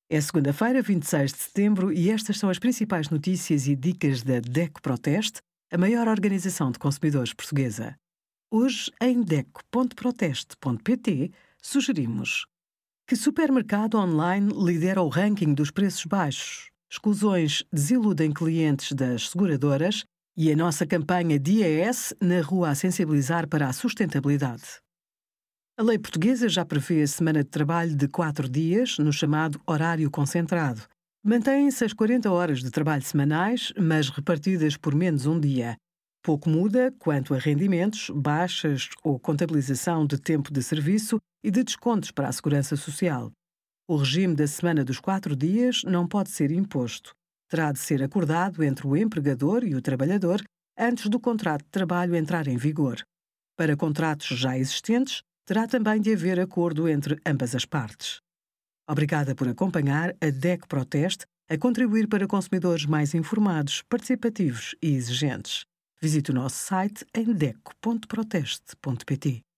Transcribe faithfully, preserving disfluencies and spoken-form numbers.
É segunda-feira, vinte e seis de setembro, e estas são as principais notícias e dicas da D E C Proteste, a maior organização de consumidores portuguesa. Hoje, em D E C ponto proteste ponto pt, sugerimos: que supermercado online lidera o ranking dos preços baixos? Exclusões desiludem clientes das seguradoras e a nossa campanha D I A S na rua a sensibilizar para a sustentabilidade. A lei portuguesa já prevê a semana de trabalho de quatro dias, no chamado horário concentrado. Mantêm-se as quarenta horas de trabalho semanais, mas repartidas por menos um dia. Pouco muda quanto a rendimentos, baixas ou contabilização de tempo de serviço e de descontos para a segurança social. O regime da semana dos quatro dias não pode ser imposto. Terá de ser acordado entre o empregador e o trabalhador antes do contrato de trabalho entrar em vigor. Para contratos já existentes, terá também de haver acordo entre ambas as partes. Obrigada por acompanhar a D E C Proteste a contribuir para consumidores mais informados, participativos e exigentes. Visite o nosso site em D E C ponto proteste ponto pt.